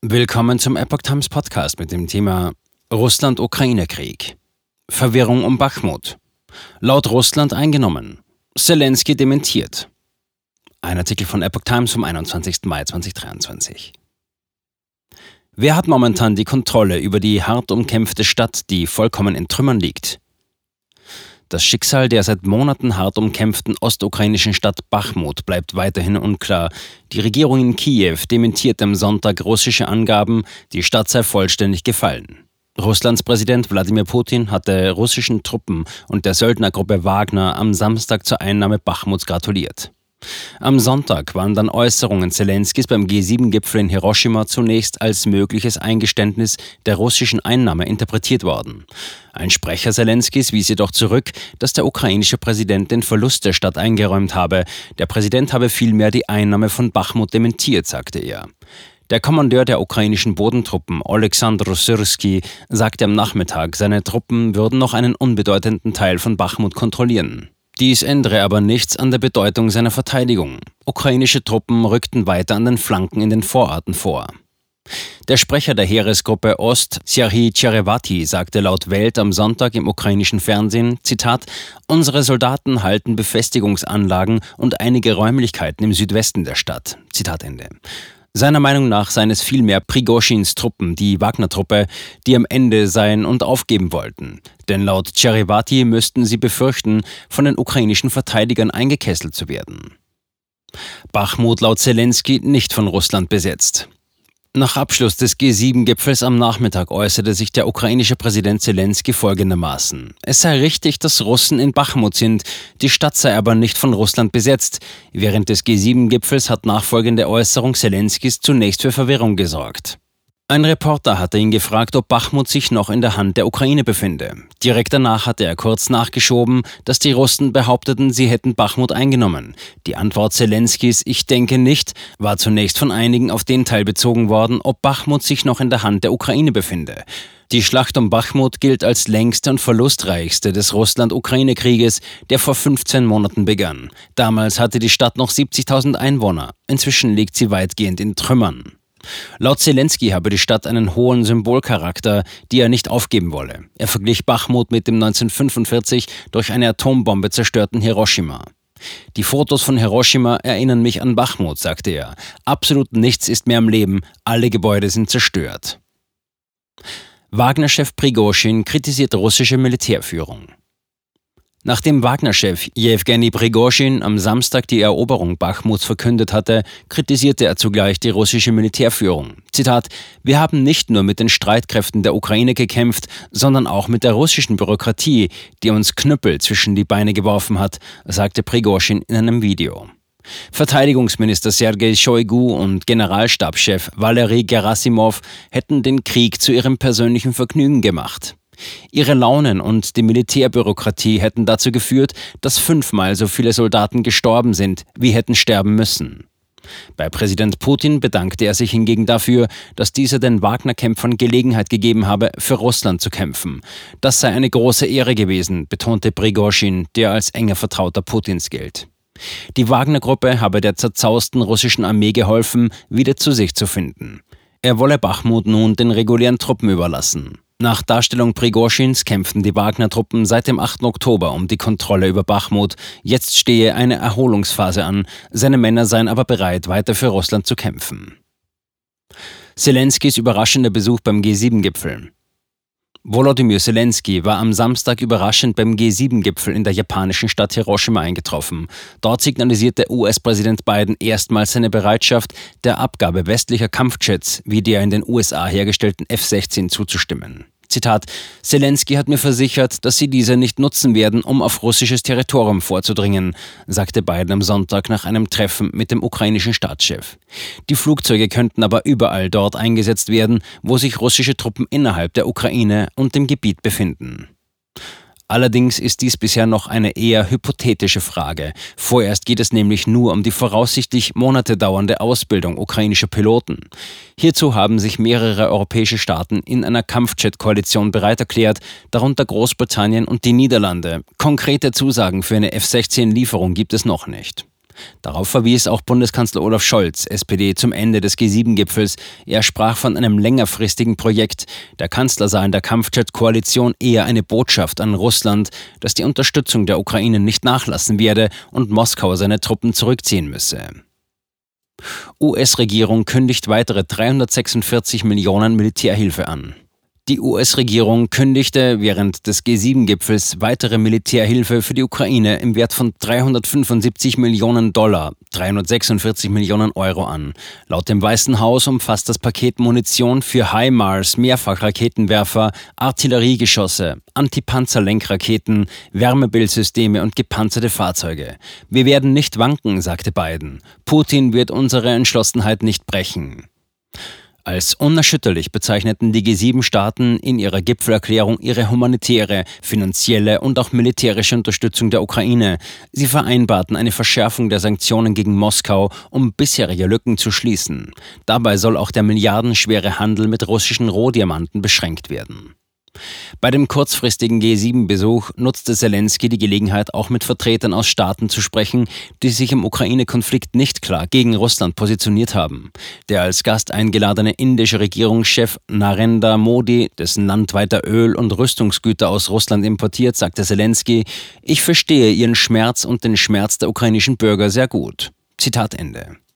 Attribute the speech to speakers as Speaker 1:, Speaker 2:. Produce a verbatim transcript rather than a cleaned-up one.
Speaker 1: Willkommen zum Epoch Times Podcast mit dem Thema Russland-Ukraine-Krieg. Verwirrung um Bachmut. Laut Russland eingenommen. Selenskyj dementiert. Ein Artikel von Epoch Times vom einundzwanzigsten Mai zweitausenddreiundzwanzig. Wer hat momentan die Kontrolle über die hart umkämpfte Stadt, die vollkommen in Trümmern liegt? Das Schicksal der seit Monaten hart umkämpften ostukrainischen Stadt Bachmut bleibt weiterhin unklar. Die Regierung in Kiew dementiert am Sonntag russische Angaben, die Stadt sei vollständig gefallen. Russlands Präsident Wladimir Putin hatte russischen Truppen und der Söldnergruppe Wagner am Samstag zur Einnahme Bachmuts gratuliert. Am Sonntag waren dann Äußerungen Selenskys beim G sieben Gipfel in Hiroshima zunächst als mögliches Eingeständnis der russischen Einnahme interpretiert worden. Ein Sprecher Selenskys wies jedoch zurück, dass der ukrainische Präsident den Verlust der Stadt eingeräumt habe. Der Präsident habe vielmehr die Einnahme von Bachmut dementiert, sagte er. Der Kommandeur der ukrainischen Bodentruppen, Oleksandr Syrskij, sagte am Nachmittag, seine Truppen würden noch einen unbedeutenden Teil von Bachmut kontrollieren. Dies ändere aber nichts an der Bedeutung seiner Verteidigung. Ukrainische Truppen rückten weiter an den Flanken in den Vororten vor. Der Sprecher der Heeresgruppe Ost, Serhiy Cherevati, sagte laut Welt am Sonntag im ukrainischen Fernsehen, Zitat, unsere Soldaten halten Befestigungsanlagen und einige Räumlichkeiten im Südwesten der Stadt. Zitat Ende. Seiner Meinung nach seien es vielmehr Prigoschins Truppen, die Wagner-Truppe, die am Ende seien und aufgeben wollten. Denn laut Cherevati müssten sie befürchten, von den ukrainischen Verteidigern eingekesselt zu werden. Bachmut laut Selenskyj nicht von Russland besetzt. Nach Abschluss des G sieben Gipfels am Nachmittag äußerte sich der ukrainische Präsident Selenskyj folgendermaßen. Es sei richtig, dass Russen in Bachmut sind, die Stadt sei aber nicht von Russland besetzt. Während des G sieben Gipfels hat nachfolgende Äußerung Selenskys zunächst für Verwirrung gesorgt. Ein Reporter hatte ihn gefragt, ob Bachmut sich noch in der Hand der Ukraine befinde. Direkt danach hatte er kurz nachgeschoben, dass die Russen behaupteten, sie hätten Bachmut eingenommen. Die Antwort Selenskys, ich denke nicht, war zunächst von einigen auf den Teil bezogen worden, ob Bachmut sich noch in der Hand der Ukraine befinde. Die Schlacht um Bachmut gilt als längste und verlustreichste des Russland-Ukraine-Krieges, der vor fünfzehn Monaten begann. Damals hatte die Stadt noch siebzigtausend Einwohner. Inzwischen liegt sie weitgehend in Trümmern. Laut Selenskyj habe die Stadt einen hohen Symbolcharakter, die er nicht aufgeben wolle. Er verglich Bachmut mit dem neunzehnhundertfünfundvierzig durch eine Atombombe zerstörten Hiroshima. Die Fotos von Hiroshima erinnern mich an Bachmut, sagte er. Absolut nichts ist mehr am Leben, alle Gebäude sind zerstört. Wagner-Chef Prigoschin kritisiert russische Militärführung. Nachdem Wagner-Chef Jewgeni Prigoschin am Samstag die Eroberung Bachmuts verkündet hatte, kritisierte er zugleich die russische Militärführung. Zitat, wir haben nicht nur mit den Streitkräften der Ukraine gekämpft, sondern auch mit der russischen Bürokratie, die uns Knüppel zwischen die Beine geworfen hat, sagte Prigoschin in einem Video. Verteidigungsminister Sergei Shoigu und Generalstabschef Valery Gerasimov hätten den Krieg zu ihrem persönlichen Vergnügen gemacht. Ihre Launen und die Militärbürokratie hätten dazu geführt, dass fünfmal so viele Soldaten gestorben sind, wie hätten sterben müssen. Bei Präsident Putin bedankte er sich hingegen dafür, dass dieser den Wagner-Kämpfern Gelegenheit gegeben habe, für Russland zu kämpfen. Das sei eine große Ehre gewesen, betonte Prigoschin, der als enger Vertrauter Putins gilt. Die Wagner-Gruppe habe der zerzausten russischen Armee geholfen, wieder zu sich zu finden. Er wolle Bachmut nun den regulären Truppen überlassen. Nach Darstellung Prigoschins kämpften die Wagner-Truppen seit dem achten Oktober um die Kontrolle über Bachmut. Jetzt stehe eine Erholungsphase an, seine Männer seien aber bereit, weiter für Russland zu kämpfen. Selenskys überraschender Besuch beim G sieben Gipfel. Volodymyr Selenskyj war am Samstag überraschend beim G sieben Gipfel in der japanischen Stadt Hiroshima eingetroffen. Dort signalisierte U S-Präsident Biden erstmals seine Bereitschaft, der Abgabe westlicher Kampfjets wie der in den U S A hergestellten F sechzehn zuzustimmen. Zitat, Selenskyj hat mir versichert, dass sie diese nicht nutzen werden, um auf russisches Territorium vorzudringen, sagte Biden am Sonntag nach einem Treffen mit dem ukrainischen Staatschef. Die Flugzeuge könnten aber überall dort eingesetzt werden, wo sich russische Truppen innerhalb der Ukraine und dem Gebiet befinden. Allerdings ist dies bisher noch eine eher hypothetische Frage. Vorerst geht es nämlich nur um die voraussichtlich Monate dauernde Ausbildung ukrainischer Piloten. Hierzu haben sich mehrere europäische Staaten in einer Kampfjet-Koalition bereit erklärt, darunter Großbritannien und die Niederlande. Konkrete Zusagen für eine F sechzehn Lieferung gibt es noch nicht. Darauf verwies auch Bundeskanzler Olaf Scholz, S P D, zum Ende des G sieben Gipfels. Er sprach von einem längerfristigen Projekt. Der Kanzler sah in der Kampfjet-Koalition eher eine Botschaft an Russland, dass die Unterstützung der Ukraine nicht nachlassen werde und Moskau seine Truppen zurückziehen müsse. U S-Regierung kündigt weitere dreihundertsechsundvierzig Millionen Militärhilfe an. Die U S-Regierung kündigte während des G sieben Gipfels weitere Militärhilfe für die Ukraine im Wert von dreihundertfünfundsiebzig Millionen Dollar, dreihundertsechsundvierzig Millionen Euro an. Laut dem Weißen Haus umfasst das Paket Munition für HIMARS, Mehrfachraketenwerfer, Artilleriegeschosse, Antipanzerlenkraketen, Wärmebildsysteme und gepanzerte Fahrzeuge. Wir werden nicht wanken, sagte Biden. Putin wird unsere Entschlossenheit nicht brechen. Als unerschütterlich bezeichneten die G sieben Staaten in ihrer Gipfelerklärung ihre humanitäre, finanzielle und auch militärische Unterstützung der Ukraine. Sie vereinbarten eine Verschärfung der Sanktionen gegen Moskau, um bisherige Lücken zu schließen. Dabei soll auch der milliardenschwere Handel mit russischen Rohdiamanten beschränkt werden. Bei dem kurzfristigen G sieben Besuch nutzte Selenskyj die Gelegenheit, auch mit Vertretern aus Staaten zu sprechen, die sich im Ukraine-Konflikt nicht klar gegen Russland positioniert haben. Der als Gast eingeladene indische Regierungschef Narendra Modi, dessen Land weiter Öl und Rüstungsgüter aus Russland importiert, sagte Selenskyj: Ich verstehe Ihren Schmerz und den Schmerz der ukrainischen Bürger sehr gut. Zitat Ende.